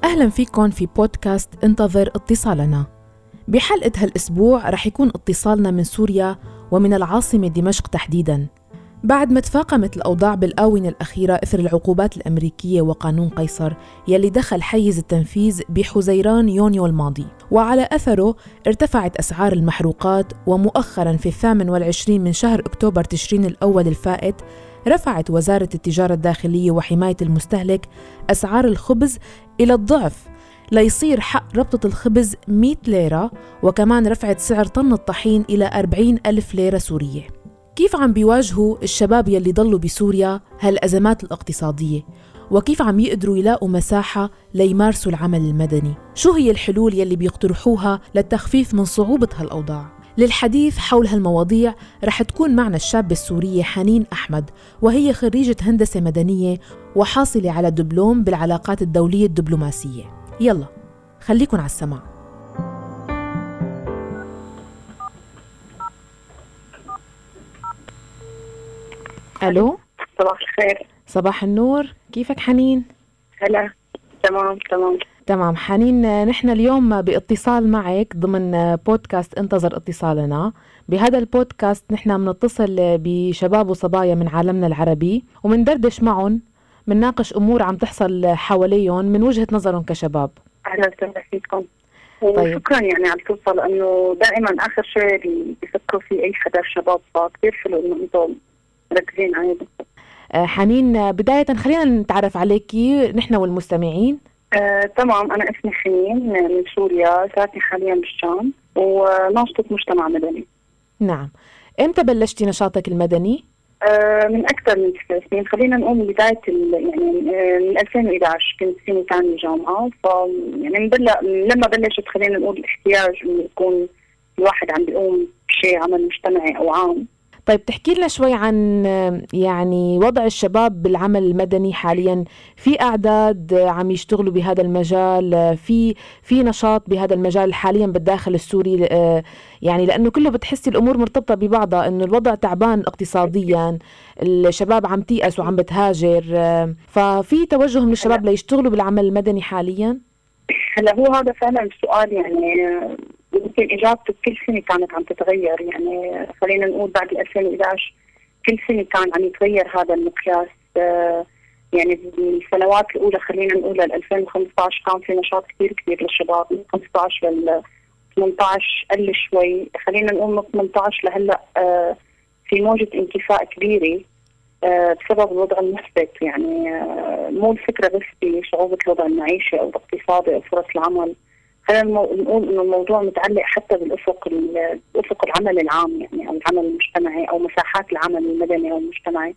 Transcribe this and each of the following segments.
أهلا فيكم في بودكاست انتظر اتصالنا. بحلقة هالأسبوع رح يكون اتصالنا من سوريا ومن العاصمة دمشق تحديداً. بعد ما تفاقمت الأوضاع بالآونة الأخيرة إثر العقوبات الأمريكية وقانون قيصر يلي دخل حيز التنفيذ بحزيران يونيو الماضي، وعلى أثره ارتفعت أسعار المحروقات، ومؤخراً في 28 من شهر أكتوبر تشرين الأول الفائت رفعت وزارة التجارة الداخلية وحماية المستهلك أسعار الخبز إلى الضعف ليصير حق ربطة الخبز 100 ليرة، وكمان رفعت سعر طن الطحين إلى 40,000 ليرة سورية. كيف عم بيواجهوا الشباب يلي ضلوا بسوريا هالأزمات الاقتصادية؟ وكيف عم يقدروا يلاقوا مساحة ليمارسوا العمل المدني؟ شو هي الحلول يلي بيقترحوها للتخفيف من صعوبة هالأوضاع؟ للحديث حول هالمواضيع رح تكون معنا الشابة السورية حنين أحمد، وهي خريجة هندسة مدنية وحاصلة على دبلوم بالعلاقات الدولية الدبلوماسية. يلا خليكن على السماع. ألو، صباح الخير. صباح النور، كيفك حنين؟ هلا، تمام حنين، نحن اليوم باتصال معك ضمن بودكاست انتظر اتصالنا. بهذا البودكاست نحن بنتصل بشباب وصبايا من عالمنا العربي ومندردش معهم، منناقش أمور عم تحصل حواليهم من وجهة نظرهم كشباب. أهلا وسهلا فيكم. طيب. شكرا على الفرصة، لأنه دائما آخر شيء اللي بيفكروا فيه أي حدا شباب كثير حلو إنه أنتم مركزين عليه. حنين، بداية خلينا نتعرف عليكي نحن والمستمعين. تمام، أنا اسمي حنين من سوريا، ساكنة حاليا بالشام وناشطة مجتمع مدني. نعم، إمتى بلشتي نشاطك المدني؟ من أكثر من 6 سنين، خلينا نقول من بداية من 2011 كنت سنة ثانية جامعة، يعني لما بلشت خلينا نقول الاحتياج إنه يكون الواحد عم بيقوم بشيء عمل مجتمعي أو عام. طيب تحكي لنا شوي عن يعني وضع الشباب بالعمل المدني حاليا. في أعداد عم يشتغلوا بهذا المجال، في نشاط بهذا المجال حاليا بالداخل السوري، يعني لأنه كله بتحسي الأمور مرتبطة ببعضها، إنه الوضع تعبان اقتصاديا، الشباب عم تيأس وعم بتهاجر، ففي توجه من الشباب ليشتغلوا بالعمل المدني حاليا. هلا هو هذا فعلا السؤال، يعني يمكن إجابته كل سنة كانت عم تتغير. يعني خلينا نقول بعد 2011 كل سنة كان عم يتغير هذا المقياس. يعني بالسنوات الأولى خلينا نقول ل 2015 كان في نشاط كثير للشباب، من 15 ل 18 قل شوي، خلينا نقول من 18 لهلا في موجة انكفاء كبيرة بسبب الوضع المحبط. يعني مو الفكرة بس بصعوبة الوضع المعيشي أو الاقتصادي أو فرص العمل، خلينا نقول إنه الموضوع متعلق حتى بالأفق العمل العام، يعني أو العمل المجتمعي أو مساحات العمل المدني أو المجتمعي.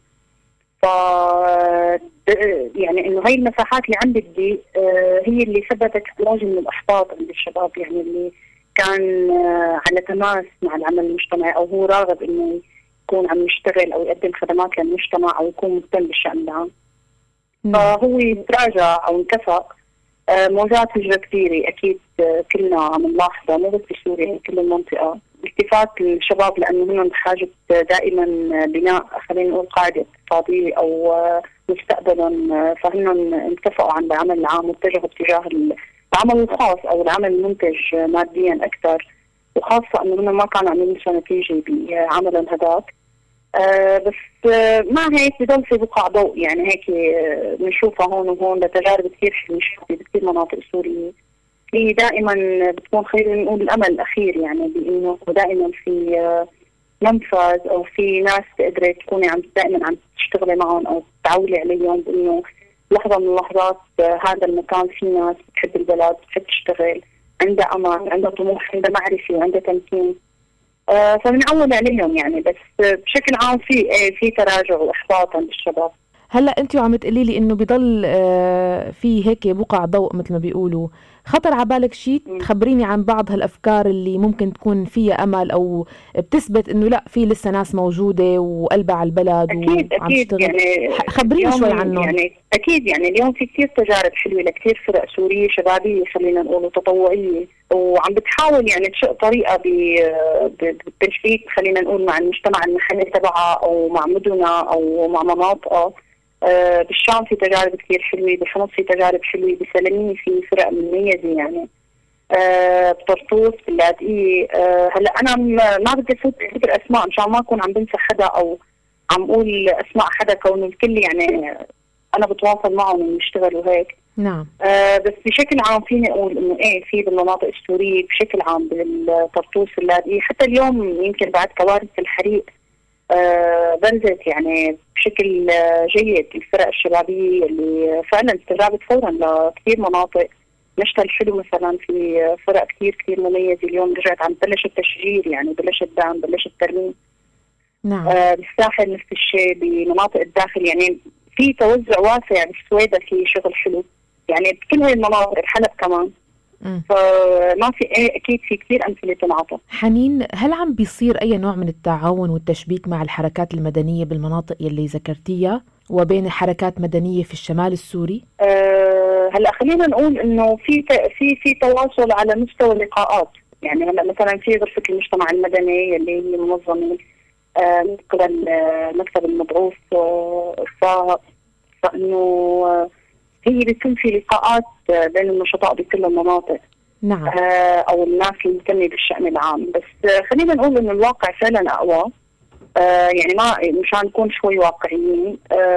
يعني إنه هاي المساحات اللي عم بدي هي اللي سببت موجة من الإحباط عند الشباب، يعني اللي كان على تماس مع العمل المجتمعي أو هو راغب إنه يكون عم يشتغل أو يقدم خدمات للمجتمع أو يكون مهتم بالشأن العام. فهو تراجع أو انكفأ. موجات هجرة كثيرة أكيد كلنا عم نلاحظها، مو بس بسوريا، كل المنطقة. التفات الشباب لأنه هن بحاجة دائما بناء خلينا نقول قاعدة اقتصادية أو مستقبلا، فهن انكفأوا عن العمل العام واتجهوا اتجاه العمل الخاص أو العمل المنتج ماديا أكثر، وخاصة أنه هن ما كانوا عم يلمسوا نتيجة بعملهم هذاك. بس مع هيك بضل في بقع ضوء، يعني هيك بنشوفها هون وهون لتجارب كثير حلوة بكثير مناطق سورية. في دائما بتكون خلينا نقول الأمل الأخير، يعني بأنه دائما في منفذ أو في ناس قدرت تكوني دائما عم تشتغلي معهم أو تعولي عليهم بأنه لحظة من اللحظات هذا المكان في ناس بتحب البلد، بتحب تشتغل، عندها أمل، عندها طموح، عندها معرفة وعندها تمكين. فبنعول عليهم يعني. بس بشكل عام في تراجع واحباط عند الشباب. هلا انت عم تقولي لي انه بضل في هيك بقع ضوء مثل ما بيقولوا، خطر على بالك شيء تخبريني عن بعض هالافكار اللي ممكن تكون فيها امل او بتثبت انه لا في لسه ناس موجوده وقلبها على البلد وعم تشتغل؟ يعني خبريني شوي عنه. يعني اكيد يعني اليوم في كثير تجارب حلوه لكثير فرق سوريه شبابيه خلينا نقول تطوعيه، وعم بتحاول يعني تشق طريقه بالتجديد خلينا نقول مع المجتمع المحلي تبعها او مع مدنها او مع مناطقها. بالشام في تجارب كثير حلوة، بحمص في تجارب حلوة، بسلمية في فرق مميزة يعني. بطرطوس، باللاذقية. هلا أنا ما بدي أفوت بذكر أسماء مشان ما أكون عم بنسى حدا أو عم أقول أسماء حدا، كون الكل يعني أنا بتواصل معهم ونشتغل وهيك. نعم. بس بشكل عام فيني أقول إنه في بالمناطق السورية بشكل عام بالطرطوس اللاذقية، حتى اليوم يمكن بعد كوارث الحريق برزت يعني بشكل جيد الفرق الشبابية اللي فعلا استجابت فورا لكثير مناطق. مشتى الحلو مثلا في فرق كثير مميزة اليوم رجعت عم بلش التشجير، يعني بلش الدعم، بلش الترميم. نعم. بالساحل نفس الشيء، بمناطق الداخل يعني في توزع واسع. بالسويدة في شغل حلو يعني بكل هاي المناطق، بحلب كمان. فما في اكيد في كثير امثله تنعطى. حنين، هل عم بيصير اي نوع من التعاون والتشبيك مع الحركات المدنيه بالمناطق يلي ذكرتيها وبين حركات مدنيه في الشمال السوري؟ هلا خلينا نقول انه في تواصل على مستوى اللقاءات. يعني هلا مثلا في غرفه المجتمع المدني اللي هي منظمه من قبل مكتب المبعوث فانه هي بيكون في لقاءات بين النشطاء بكل المناطق. نعم. او الناس المهتمه بالشأن العام. بس خلينا نقول انه الواقع فعلا اقوى. يعني ما مشان نكون شوي واقعيين،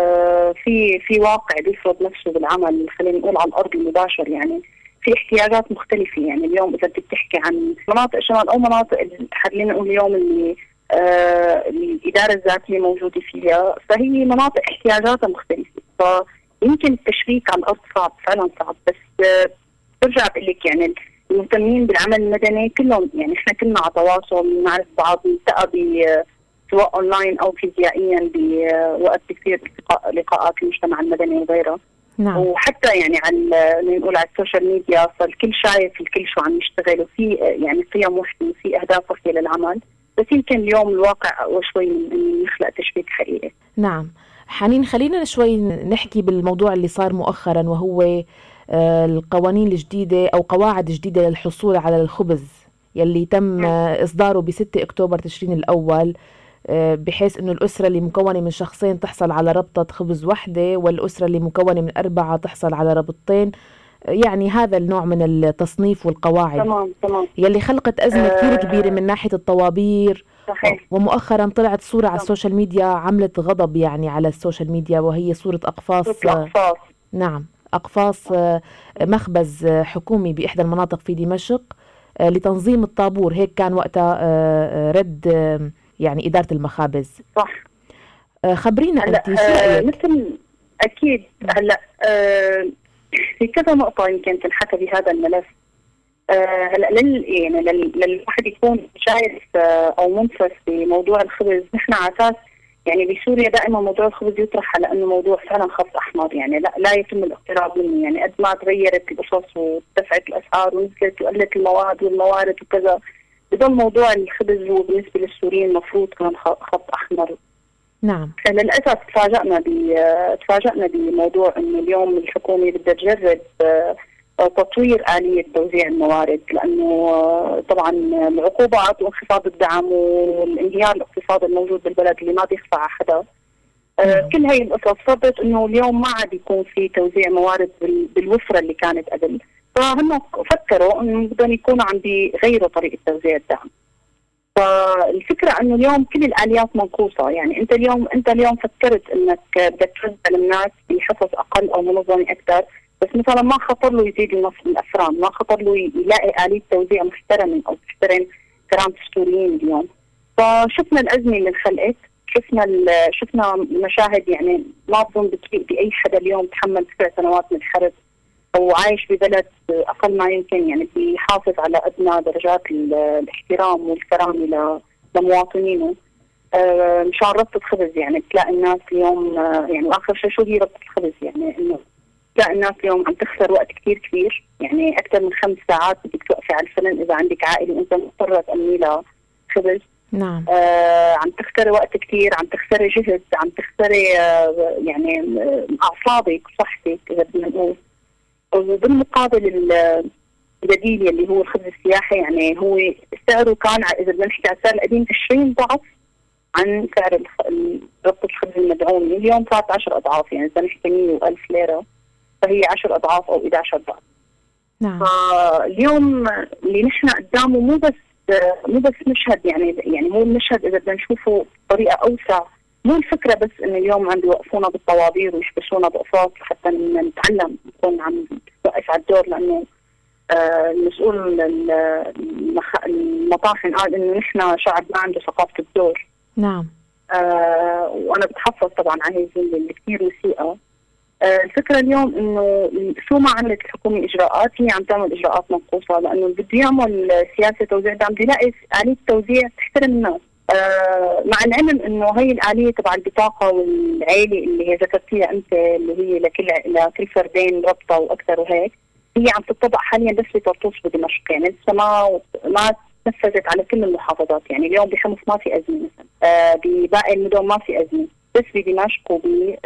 في واقع بيفرض نفسه بالعمل، خلينا نقول على الارض المباشر. يعني في احتياجات مختلفه. يعني اليوم اذا بدك تحكي عن مناطق الشمال او مناطق خلينا نقول اليوم اللي الاداره الذاتيه موجوده فيها، فهي مناطق احتياجاتها مختلفه. يمكن التشبيك على الأرض صعب، فعلا صعب. بس برجع بقول لك يعني المهتمين بالعمل المدني كلهم، يعني احنا كلنا على تواصل، نعرف بعض، نلتقى سواء اونلاين او فيزيائيا بوقت كثير لقاءات المجتمع المدني وغيرها. نعم. وحتى يعني نقول على السوشيال ميديا فالكل شايف الكل شو عم يشتغل، وفي يعني قيم وحده وفي اهداف وحده للعمل. بس يمكن اليوم الواقع اقوى شوي من يخلق تشبيك حقيقي. نعم. حنين، خلينا شوي نحكي بالموضوع اللي صار مؤخرا، وهو القوانين الجديدة أو قواعد جديدة للحصول على الخبز يلي تم إصداره ب6 أكتوبر تشرين الأول، بحيث أنه الأسرة اللي مكونة من شخصين تحصل على ربطة خبز واحدة، والأسرة اللي مكونة من 4 تحصل على ربطتين. يعني هذا النوع من التصنيف والقواعد تمام. يلي خلقت أزمة كثير كبيرة من ناحية الطوابير. صحيح. ومؤخرا طلعت صورة على السوشيال ميديا عملت غضب يعني على السوشيال ميديا، وهي صورة أقفاص. نعم، أقفاص مخبز حكومي بإحدى المناطق في دمشق لتنظيم الطابور. هيك كان وقتها رد يعني إدارة المخابز. صح. خبرينا أنت شو رأيك؟ مثل أكيد. هلأ في كذا نقطة يمكن تنحكى بهذا الملف. هلا يعني للواحد يكون شايف او منصف بموضوع الخبز. نحن على اساس يعني بسوريا دائما موضوع الخبز يطرح على انه موضوع فعلا خط احمر، يعني لا يتم الاقتراب منه. يعني قد ما تغيرت القصص وارتفعت الاسعار ونزلت وقلت المواد والموارد وكذا، بضل موضوع الخبز هو بالنسبه للسوريين المفروض كان خط احمر. نعم. للاسف تفاجأنا بموضوع انه اليوم الحكومه بدها تجرب تطوير آلية توزيع الموارد، لأنه طبعا العقوبات وانخفاض الدعم والانهيار الاقتصادي الموجود بالبلد اللي ما بيخفى على حدا. كل هاي القصص فرضت انه اليوم ما عاد يكون في توزيع موارد بالوفرة اللي كانت قبل. فهم فكروا انه بدهم يكونوا عم بيغيروا طريقة توزيع الدعم. فالفكرة انه اليوم كل الآليات منقوصة. يعني انت اليوم فكرت انك بدك توزع للناس بحصص اقل او منظمة اكثر، بس مثلا ما خطر له يزيد الافران، ما خطر له يلاقي آلية توزيع محترمة او تحترم كرامة السوريين اليوم. فشفنا الأزمة اللي انخلقت، شفنا مشاهد يعني ما بظن بتليق بأي حدا اليوم تحمل 9 سنوات من الحرب او عايش ببلد اقل ما يمكن يعني بيحافظ على ادنى درجات الاحترام والكرامة لمواطنينه. مشان ربطة خبز يعني تلاقي الناس اليوم يعني واخر شيء شو هي ربطة الخبز؟ يعني انه تلاقي الناس اليوم عم تخسر وقت كثير كبير، يعني اكثر من 5 ساعات بدك توقفي على الفرن اذا عندك عائله وانت مضطره تأمني لها خبز. نعم. عم تخسري وقت كثير، عم تخسري جهد، عم تخسري يعني اعصابك وصحتك اذا بدنا نقول. وبالمقابل البديل اللي هو الخبز السياحي، يعني هو سعره كان اذا بدنا نحكي على السعر القديم 20 ضعف عن سعر ربطة الخبز المدعومة. اليوم صارت 10 أضعاف، يعني إذا نحكي 100 و1000 ليرة فهي 10 أضعاف أو 11 ضعف. نعم. فاليوم اللي نحن قدامه مو بس مشهد، يعني هو المشهد إذا بدنا نشوفه بطريقة أوسع، مو الفكرة بس إنه اليوم عم بيوقفونا بالطوابير ويحبسونا بقصاص حتى نتعلم نكون عم نوقف على الدور، لأنه المسؤول المطاحن قال إنه نحن شعب ما عنده ثقافة الدور. نعم. وأنا بتحفظ طبعا على هي الجملة اللي كثير وثيقة. الفكرة اليوم إنه شو ما عملت الحكومة إجراءات، هي عم تعمل إجراءات منقوصة، لأنه بده يعمل سياسة توزيع دعم، بده يلاقي آلية توزيع تحترم الناس. مع العلم إنه هي الآلية تبع البطاقة والعائلة اللي هي ذكرتيها أنت، اللي هي لكل فردين ربطة وأكثر وهيك، هي عم تطبق حاليا بس بطرطوس بدمشق، يعني لسه ما تنفذت على كل المحافظات. يعني اليوم بحمص ما في أزمة مثلا، بباقي المدن ما في أزمة، بس بدمشق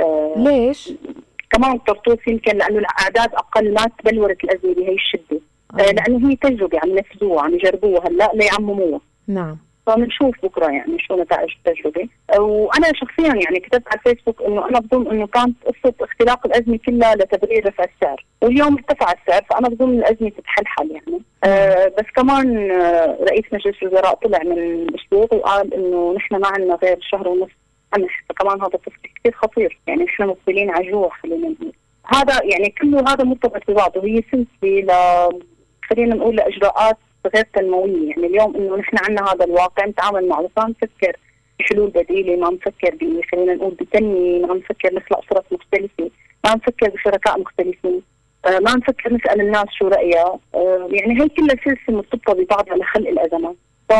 ليش؟ كمان طرطوس يمكن لأنه الأعداد أقل ما تبلورت الأزمة بهي الشدة. لأنه هي تجربة عم ينفذوها، عم يجربوها هلا ليعمموها. نعم. فبنشوف بكره يعني شو نتائج التجربة. وأنا شخصيا يعني كتبت على الفيسبوك إنه أنا بظن إنه كانت قصة اختلاق الأزمة كلها لتبرير رفع السعر، واليوم ارتفع السعر، فأنا بظن الأزمة تتحلحل يعني. بس كمان رئيس مجلس الوزراء طلع من أسبوع وقال إنه نحن ما عندنا غير شهر ونصف قمح، فكمان هذا تصريح كثير خطير، يعني نحن مقبلين على جوع. خلينا نقول هذا يعني كله هذا مرتبط ببعضه، هي سلسلة خلينا نقول لإجراءات غير تنموية. يعني اليوم إنه نحن عندنا هذا الواقع نتعامل معه، ما نفكر بحلول بديلة، ما نفكر خلينا نقول بتنمية، ما نفكر نخلق فرص مختلفة، ما نفكر بشركاء مختلفين، ما نفكر نسأل الناس شو رأيها. يعني هي كلها سلسلة مرتبطة ببعضها لخلق الأزمات.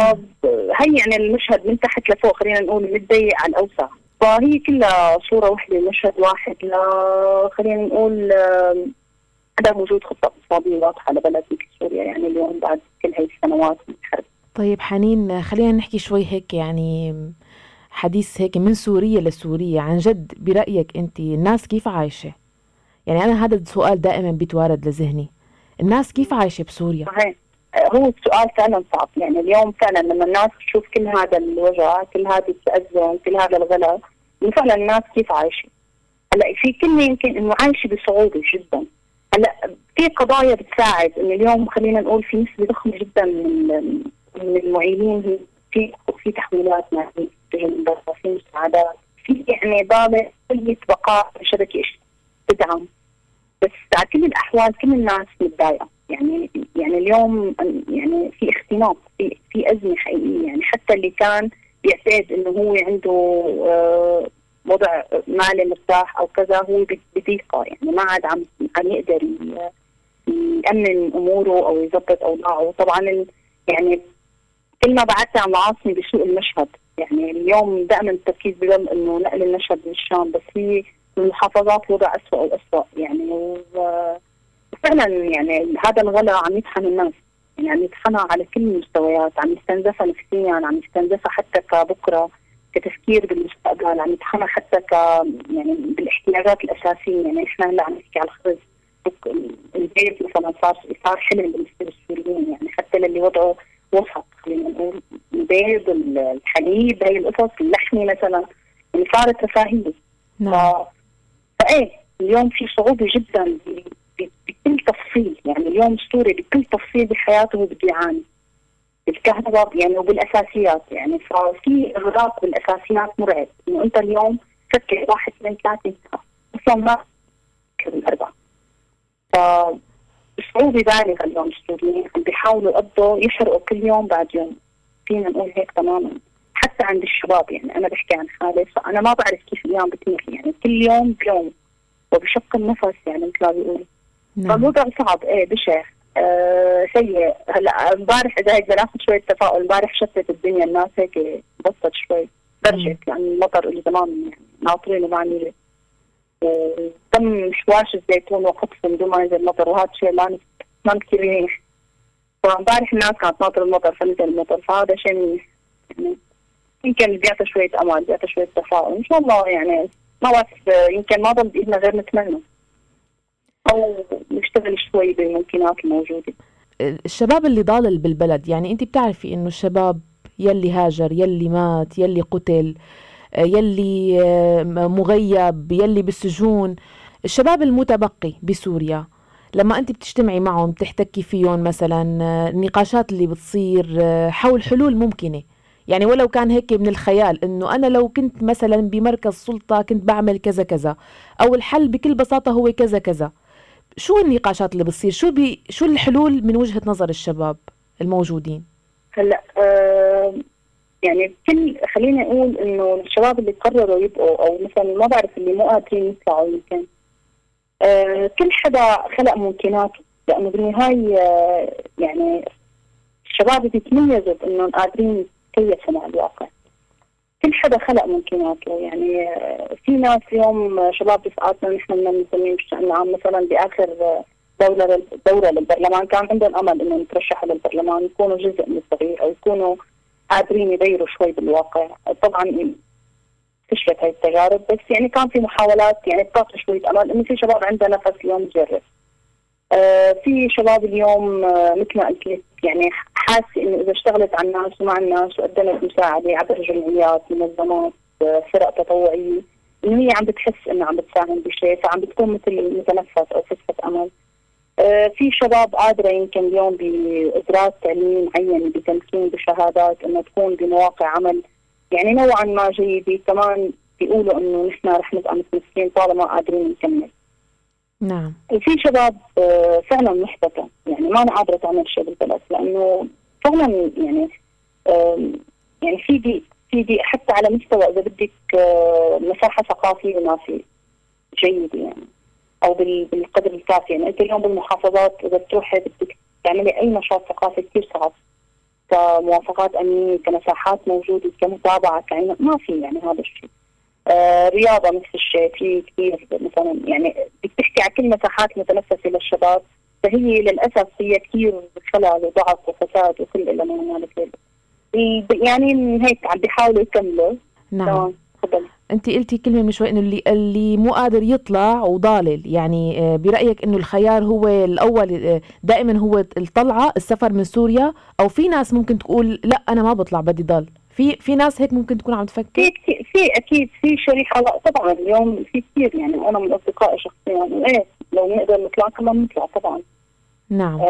فهي يعني المشهد من تحت لفوق، خلينا نقول من الضيق على الأوسع، فهي كلها صورة واحدة، مشهد واحد خلينا نقول عدم وجود خطة اقتصادية واضحة لبلد مثل سوريا، يعني اليوم بعد كل هاي السنوات من الحرب. طيب حنين، خلينا نحكي شوي هيك يعني حديث هيك من سوريا لسوريا. عن جد برأيك أنت الناس كيف عايشة؟ يعني أنا هذا السؤال دائما بيتوارد لذهني، الناس كيف عايشة بسوريا؟ صحيح، هو السؤال فعلا صعب. يعني اليوم فعلا لما الناس تشوف كل هذا الوجع، كل هذا التأزم، كل هذا الغلا، فعلا الناس كيف عايشة. هلا في كلمة يمكن إنه عايشة بصعوبة جدا. هلا في قضايا بتساعد إنه اليوم خلينا نقول في نسبة ضخمة جدا من المعينين في تحويلات مالية، في مساعدات، في يعني ضابط كل بقاء شبكة تدعم. بس على كل الأحوال كل الناس متضايقة. يعني اليوم يعني في اختناق، في أزمة حقيقية. يعني حتى اللي كان بيعتقد إنه هو عنده وضع مالي مرتاح أو كذا، هو بضيقة، يعني ما عاد عم يقدر يأمن أموره أو يضبط أوضاعه. طبعا يعني كل ما بعدت عن العاصمة بسوء المشهد. يعني اليوم دائما التركيز بيضل إنه نقل المشهد من الشام، بس هي المحافظات الوضع أسوأ وأسوأ. يعني وفعلا يعني هذا الغلا عم يطحن الناس، يعني عم يطحنها على كل المستويات، عم يستنزفها نفسيا، عم يستنزفها حتى كبكرة كتفكير بالمستقبل، عم يطحنها حتى يعني بالاحتياجات الأساسية. يعني إحنا هلا عم نحكي على الخبز، البيت مثلا صار حلم بالنسبة للسوريين، يعني حتى للي وضعه وسط، خلينا نقول البيض، الحليب، هي القصص، اللحمة مثلا، يعني صارت رفاهية. نعم. فايه اليوم في صعوبة جدا بكل تفصيل. يعني اليوم السوري بكل تفصيل بحياته بده يعاني بالكهرباء يعني وبالاساسيات. يعني ففي اغراق بالاساسيات مرعب. انه انت اليوم فكر 1 2 3 اصلا ما فكر الاربعه. فالصعوبة بالغة اليوم. السوريين عم بيحاولوا يقضوا يحرقوا كل يوم بعد يوم، فينا نقول هيك تماما. حتى عند الشباب، يعني أنا بحكي عن حالي، فأنا ما بعرف كيف اليوم بتمر، يعني كل يوم بيوم وبشق النفس، يعني مثل ما بيقولوا. فالوضع صعب، بشع، سيء. هلا امبارح إذا هيك بناخذ شوية تفاؤل، امبارح شتت الدنيا، الناس هيك بطت شوي، درجت يعني المطر اللي زمان يعني ناطرينه مع نيله، تم شواش الزيتون وقطفهم بدون ما ينزل مطر، وهذا الشيء ما كثير منيح. فامبارح الناس كانت ناطرة المطر فنزل المطر، فهذا شيء منيح. يعني يمكن بيعطي شوية أمل، بيعطي شوية تفاؤل إن شاء الله. يعني ما بعرف، يمكن ما ضل بإيدنا غير نتمنى أو نشتغل شوي بالممكنات الموجودة. الشباب اللي ضال بالبلد، يعني أنت بتعرفي إنه الشباب يلي هاجر، يلي مات، يلي قتل، يلي مغيب، يلي بالسجون، الشباب المتبقي بسوريا، لما أنت بتجتمعي معهم بتحتكي فيهم مثلا، النقاشات اللي بتصير حول حلول ممكنة، يعني ولو كان هيك من الخيال إنه أنا لو كنت مثلا بمركز سلطة كنت بعمل كذا كذا، أو الحل بكل بساطة هو كذا كذا. شو النقاشات اللي بتصير؟ شو الحلول من وجهة نظر الشباب الموجودين؟ هلا يعني خلينا نقول انه الشباب اللي قرروا يبقوا، او مثلا ما بعرف اللي مو قادرين يطلعوا، يمكن كل حدا خلق ممكناته، لانه بالنهايه يعني الشباب بيتميزوا بانهم قادرين يتكيفوا مع الواقع. كل حدا خلق ممكناته، يعني في ناس اليوم شباب رفقاتنا نحن بنسميهم بالشأن العام مثلا باخر دورة للبرلمان كان عندهم امل انهم يترشحوا للبرلمان، يكونوا جزء من التغيير او يكونوا قادرين يغيروا شوي بالواقع. طبعا فشلت هاي التجارب، بس يعني كان في محاولات يعني بتعطي شوية امل انه في شباب عندها نفس اليوم تجرب. في شباب اليوم مثل ما قلت لك يعني حاسه انه اذا اشتغلت على الناس ومع الناس وقدمت مساعده عبر جمعيات، منظمات، فرق تطوعيه، انه هي عم بتحس انه عم بتساهم بشيء، فعم بتكون مثل متنفس او فسحه امل. في شباب قادره يمكن اليوم بادراك تعليمي معين، بتمكين بشهادات، انه تكون بمواقع عمل يعني نوعا ما جيده، كمان بيقولوا انه نحن رح نبقى متمسكين طالما قادرين نكمل. نعم. وفي شباب فعلا محبطة، يعني ما أنا قادرة تعمل شيء بالبلد، لأنه فعلا يعني في ضيق حتى على مستوى إذا بدك مساحة ثقافية ما في جيدة يعني، أو بالقدر الكافي. يعني أنت اليوم بالمحافظات إذا بتروحي بدك تعملي أي نشاط ثقافي كثير صعب، كموافقات أمنية، كمساحات موجودة، كمتابعة، ما في يعني هذا الشيء. رياضة نفس الشيء، في كثير مثلا يعني بتحكي على كل مساحات متنفسة للشباب، فهي للأسف هي كثير خلل وضعف وفساد وكل إلا ما هنالك. يعني هيك عم بيحاولوا يكملوا. نعم. انت قلتي كلمة من شوي انه اللي مو قادر يطلع وضالل، يعني برأيك انه الخيار هو الاول دائما هو الطلعة، السفر من سوريا، او في ناس ممكن تقول لا انا ما بطلع بدي ضل؟ في ناس هيك ممكن تكون عم تفكر؟ في اكيد في شريحة. لا طبعا اليوم في كثير، يعني انا من اصدقائي شخصيا ايه لو نقدر نطلع كمان نطلع طبعا. نعم.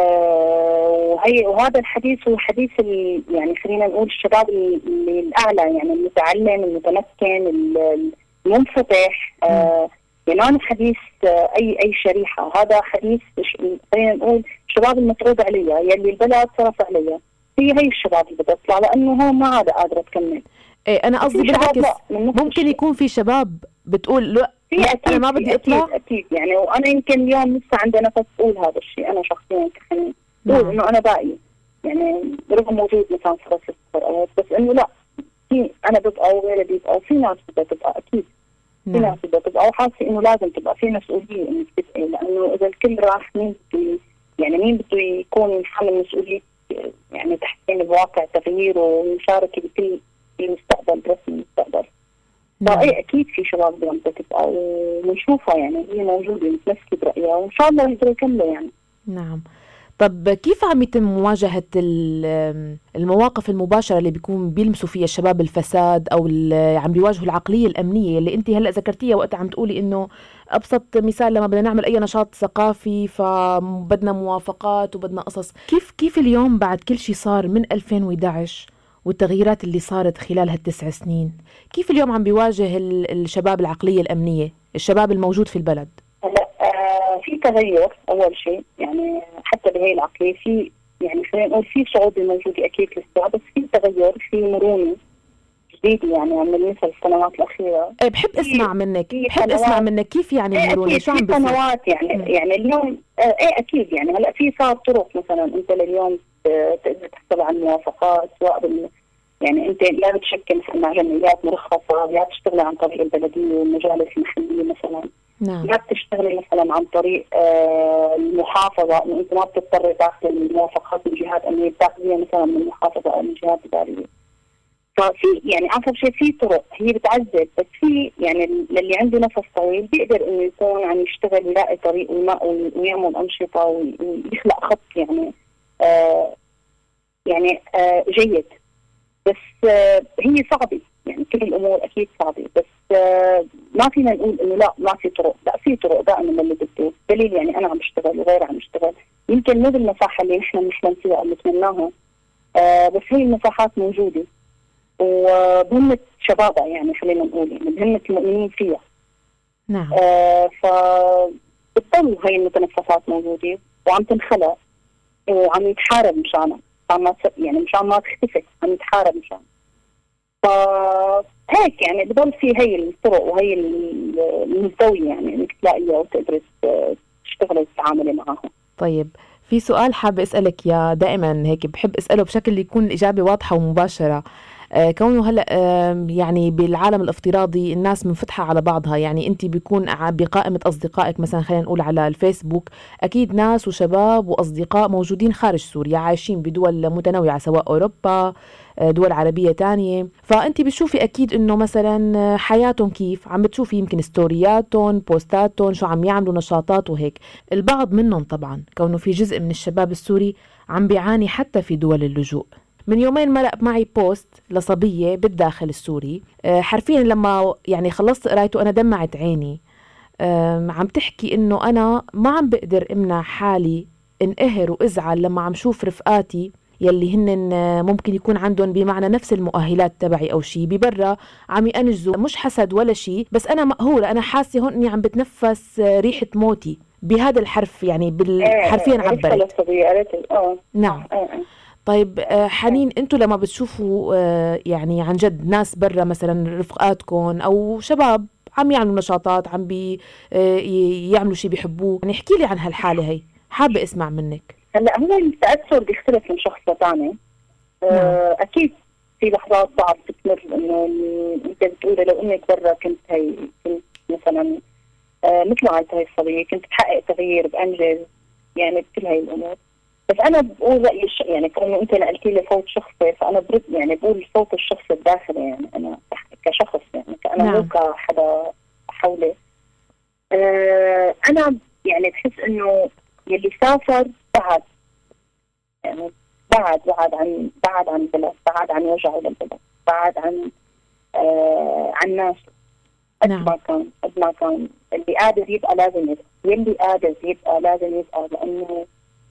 وهذا الحديث هو حديث يعني خلينا نقول الشباب اللي الأعلى، يعني المتعلم، المتمكن، المنفتح. يعني حديث أي شريحة، هذا حديث خلينا نقول الشباب المفروض عليها، يلي البلد صرف عليها، هي الشباب اللي بدها تطلع، لأنه هو ما عاد قادرة تكمل. إيه أنا قصدي بالعكس، ممكن يكون في شباب بتقول لا أنا ما بدي أطلع. أكيد يعني، وأنا يمكن اليوم لسه عندنا نفس أقول هذا الشيء. أنا شخصيا أقول إنه أنا باقي، يعني رغم وجود مثلا فرص السفر، بس إنه لا، في أنا ببقى وغيري بيبقى، وفي ناس بدها تبقى أكيد. في ناس بدها تبقى، وحاسة إنه لازم تبقى في مسؤولية إنك تبقي، لأنه إذا الكل راح مين بده يكون يتحمل مسؤولية يعني تحسين الواقع، تغيير ومشاركة بكل المستقبل، رسم المستقبل. فأي أكيد في شباب بدهم تبقى ونشوفها، يعني هي موجودة متمسكة برأيها، وإن شاء الله يقدروا يكملوا يعني. نعم. طب كيف عم يتم مواجهة المواقف المباشرة اللي بيلمسوا فيها الشباب الفساد، أو عم بيواجهوا العقلية الأمنية اللي أنت هلأ ذكرتيها وقت عم تقولي إنه أبسط مثال لما بدنا نعمل أي نشاط ثقافي فبدنا موافقات وبدنا قصص. كيف اليوم بعد كل شيء صار من 2011 والتغييرات اللي صارت خلال هال9 سنين، كيف اليوم عم بيواجه الشباب العقلية الأمنية، الشباب الموجود في البلد؟ هلا في تغير أول شيء، يعني حتى بهي العقلية في، يعني خلينا نقول في صعوبة موجودة أكيد لسه، بس في تغير، في مرونة جديدة يعني من مثل السنوات الأخيرة. بحب أسمع منك كيف يعني المرونة، شو عم بصير؟ في سنوات يعني اليوم أكيد يعني هلا في صار طرق، مثلا أنت لليوم تقدر تحصل على موافقات، سواء يعني أنت لا بتشكل مع جمعيات مرخصة، لا بتشتغل عن طريق البلدية والمجالس المحلية مثلا. نعم. لا بتشتغلي مثلا عن طريق المحافظة، إنه أنت ما بتضطري تاخذي الموافقات من جهات أمنية، بتاخذيها مثلا من المحافظة أو من جهات إدارية. ففي يعني آخر شيء في طرق هي بتعزز، بس في يعني للي عنده نفس طويل بيقدر إنه يكون عم يشتغل، يلاقي طريق ويعمل أنشطة ويخلق خط يعني جيد. بس هي صعبة، يعني كل الأمور أكيد صعبة، بس ما فينا نقول إنه لا ما في طرق، لا في طرق دائما اللي بده دليل. يعني أنا عم بشتغل وغيري عم يشتغل، يمكن مو بالمساحة اللي نحن بنحلم فيها أو نتمناها، بس هي المساحات موجودة وبهمة شبابها، يعني خلينا نقول يعني بهمة المؤمنين فيها. نعم. فبتضل هاي المتنفسات موجودة وعم تنخلق وعم يتحارب مشانها، يعني مشان ما تختفي، عم يتحارب مشان. فهيك يعني بضل في هي الطرق وهي المزدوية، يعني انك تلاقيها وتقدري تشتغلي وتتعاملي معها. طيب في سؤال حابة أسألك يا، دائما هيك بحب أسأله بشكل يكون الإجابة واضحة ومباشرة. كونه هلأ يعني بالعالم الافتراضي الناس منفتحة على بعضها، يعني أنت بيكون بقائمة أصدقائك مثلا خلينا نقول على الفيسبوك أكيد ناس وشباب وأصدقاء موجودين خارج سوريا عايشين بدول متنوعة سواء أوروبا دول عربية تانية، فأنت بتشوفي أكيد إنه مثلا حياتهم كيف عم بتشوفي، يمكن ستورياتهم بوستاتهم شو عم يعملوا نشاطات وهيك. البعض منهم طبعا كونه في جزء من الشباب السوري عم بيعاني حتى في دول اللجوء. من يومين مرق معي بوست لصبية بالداخل السوري حرفيا لما يعني خلصت قرايته أنا دمعت عيني. عم تحكي إنه أنا ما عم بقدر إمنع حالي انقهر وازعل لما عم شوف رفقاتي يلي هن ممكن يكون عندهم بمعنى نفس المؤهلات تبعي أو شيء ببرا عم ينجزوا، مش حسد ولا شيء، بس أنا مقهورة، أنا حاسة هون إني عم بتنفس ريحة موتي بهذا الحرف، يعني حرفيا عبرت. نعم. طيب حنين، انتوا لما بتشوفوا يعني عن جد ناس برا مثلا رفقاتكم او شباب عم يعملوا نشاطات عم يعملوا شيء بيحبوه، يعني احكي لي عن هالحالة هي، حابة اسمع منك. هلا هو التأثر بيختلف من شخص لثاني. اكيد في لحظات صعب بتمر، انه انت بتقولي لو انك برا كنت مثلا مثل عائلة هاي الصبية كنت بحقق تغيير بأنجز، يعني بكل هاي الامور. بس انا بقول رأيي يعني كونه انت نقلتي لي صوت شخصي، فانا برد يعني بقول صوت الشخص الداخلي، يعني انا كشخص، يعني كأنا مو كحدا حولي. انا يعني بحس انه يلي سافر بعد، يعني بعد عن البلد، بعد عن وجعه للبلد، بعد عن ناس. قد ما كان اللي قادر يبقى لازم يبقى، يلي قادر يبقى لازم يبقى، لأنه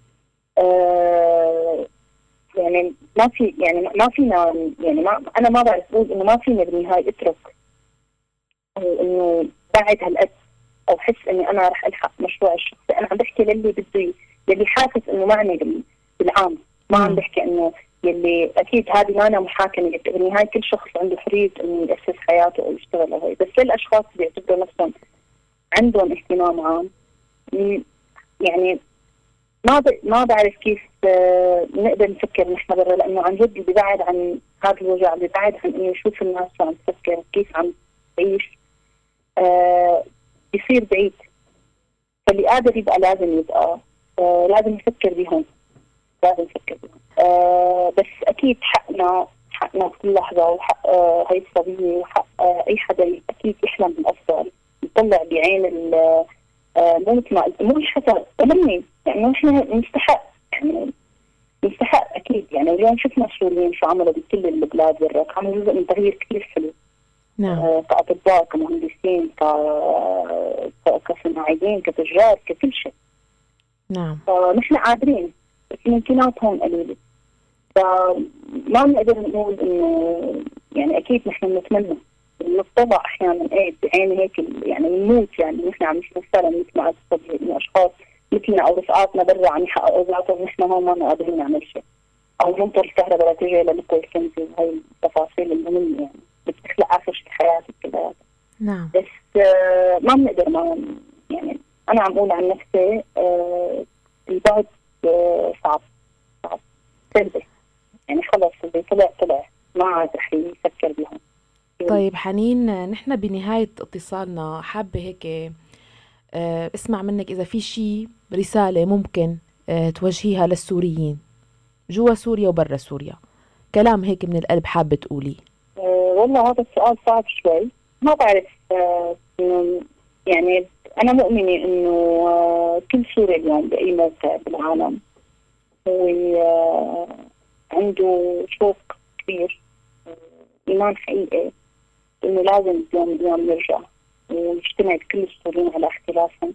يعني ما فينا يعني أنا ما بعرف أقول إنه ما فينا بالنهاية أترك أو إنه بعد هالقد أو حس إني أنا رح ألحق مشروع الشخصي. أنا عم بحكي للي بده، يلي حاسس إنه معني بالعام، ما عم بحكي إنه يلي أكيد هذه ما أنا محاكمة، بالنهاية كل شخص عنده حرية إنه يأسس حياته أو يشتغل أو هي. بس للأشخاص اللي بيعتبروا نفسهم عندهم اهتمام عام، يعني ما بعرف كيف نقدر نفكر نحن برا، لأنه عن جد بيبعد عن هذا الوجع، بيبعد عن إنه يشوف الناس شو عم تفكر كيف عم تعيش، بيصير بعيد. فاللي قادر يبقى لازم يبقى، لازم نفكر بهم، لازم نفكر بهم. بس أكيد حقنا بكل لحظة، وحق هاي الصبية، وحق أي حدا أكيد يحلم بالأفضل، يطلع بعين مو مثل ما قلت، مو الحسد مني، يعني نحن نستحق، يعني نستحق أكيد. يعني اليوم شفنا السوريين شو عملوا بكل البلاد برا، عملوا جزء من تغيير كثير حلو. نعم. كأطباء، كمهندسين، كصناعيين، كتجار، ككل شيء. نعم. فنحن قادرين، بس ممكناتهم قليلة. فما بنقدر نقول إنه يعني أكيد نحن نتمنى نتطبع أحيانا بعين هيك، يعني نموت، يعني نحن عم نشوفها مثل ما قلت إنه أشخاص مثلنا أو رفقاتنا برا عم يحققوا ذاتهم، نحن هون ما قادرين نعمل شيء، أو ننطر الكهرباء لتجي لنقل الكنزي، وهي التفاصيل المهمة يعني بتخلق آخر شيء حياتك كلها. نعم. بس ما بنقدر، ما يعني أنا عم أقول عن نفسي البعد صعب سلبي، يعني خلص اللي طلع ما عاد رح يفكر بهم. طيب حنين، نحن بنهاية اتصالنا حابة هيك اسمع منك إذا في شيء رسالة ممكن توجهيها للسوريين جوا سوريا وبرا سوريا، كلام هيك من القلب حابة تقولي. والله هذا السؤال صعب شوي، ما بعرف. يعني أنا مؤمنة إنه كل سوري اليوم بأي موقع بالعالم هو عنده شوق كبير إيمان حقيقي إنه لازم يوم من الأيام نرجع ونجتمع كل السوريين على اختلافهم.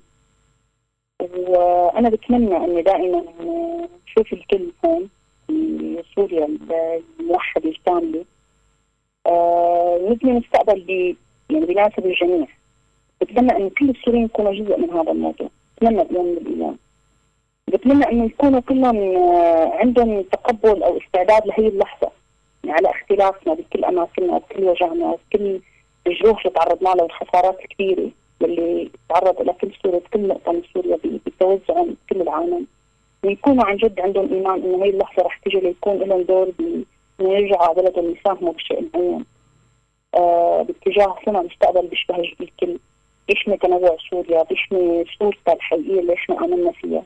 وأنا بتمنى إني دائما نشوف الكل هون في سوريا الموحدة الكاملة، نبني مستقبل يعني بيناسب الجميع. بتمنى إن كل السوريين يكونوا جزء من هذا الموضوع. بتمنى بيوم من الأيام، بتمنى إنه يكونوا كلهم عندهم تقبل أو استعداد لهي اللحظة، يعني على اختلافنا بكل أماكننا وبكل وجهنا وبكل الجروح اللي تعرضنا لها والخسارات الكبيرة اللي تعرض لها كل سوريا بكل نقطة من سوريا بالتوزع بكل العالم، ويكونوا عن جد عندهم إيمان إنه هي اللحظة رح تيجي ليكون لهم دور إنه يرجعوا على بلدهم يساهموا بشيء معين باتجاه صنع مستقبل بيشبه الكل، بيحمي تنوع سوريا، بيحمي صورتها الحقيقية اللي احنا آمنا فيها،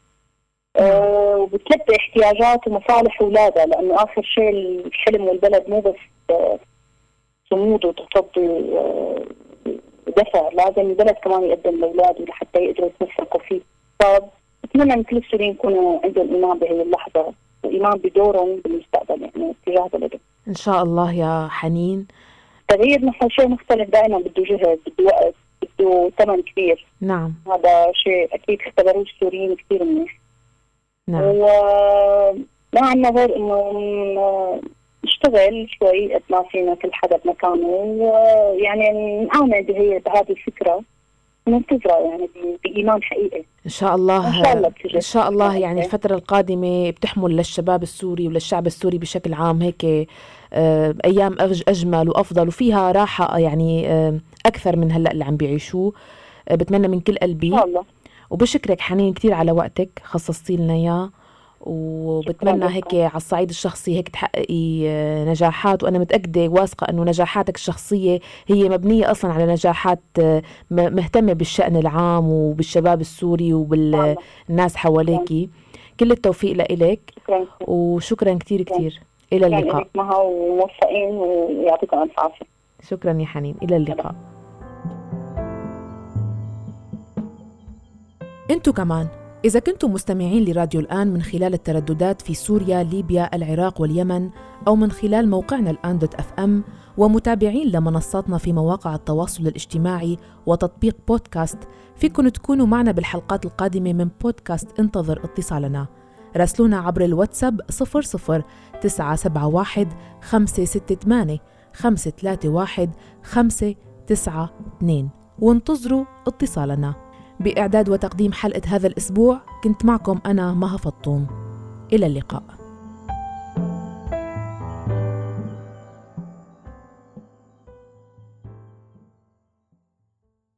وبتلبي احتياجات ومصالح أولادها، لأنه آخر شيء الحلم والبلد مو بس صمود وتصدي ودفع، لازم البلد كمان يقدم لأولاده لحتى يقدروا يتمسكوا فيه. فبتمنى أن كل السوريين يكونوا عندهم إيمان بهذه اللحظة وإيمان بدورهم بالمستقبل، يعني اتجاه بلدهم. إن شاء الله يا حنين. تغيير مثل شيء مختلف دائما بده جهد، بده وقت، بده ثمن كبير. نعم، هذا شيء أكيد اختبروه السوريين كثير منيح. نعم. وما عندنا غير إنه نشتغل شوي قد ما فينا كل حدا بمكانه، ويعني نآمن بهذه الفكرة وننتظرها يعني بإيمان حقيقي. إن شاء الله. إن شاء الله يعني الفترة القادمة بتحمل للشباب السوري وللشعب السوري بشكل عام هيك أيام أجمل وأفضل وفيها راحة يعني أكثر من هلأ اللي عم بيعيشوه. بتمنى من كل قلبي. إن شاء الله. وبشكرك حنين كتير على وقتك خصصتي لنا إياه، وبتمنى هيك على الصعيد الشخصي هيك تحققي نجاحات، وأنا متأكدة واثقة أنه نجاحاتك الشخصية هي مبنية أصلا على نجاحات مهتمة بالشأن العام وبالشباب السوري وبالناس حواليكي. كل التوفيق لإلك، وشكرا كتير كتير. إلى اللقاء. معها وموفقين ويعطيكم ألف عافية. شكرا يا حنين، إلى اللقاء. انتو كمان إذا كنتم مستمعين لراديو الآن من خلال الترددات في سوريا، ليبيا، العراق واليمن، أو من خلال موقعنا الآن.fm، ومتابعين لمنصاتنا في مواقع التواصل الاجتماعي وتطبيق بودكاست، فيكن تكونوا معنا بالحلقات القادمة من بودكاست انتظر اتصالنا. راسلونا عبر الواتساب 00971 568 531 592 وانتظروا اتصالنا. بإعداد وتقديم حلقة هذا الأسبوع كنت معكم أنا مها فطوم. إلى اللقاء.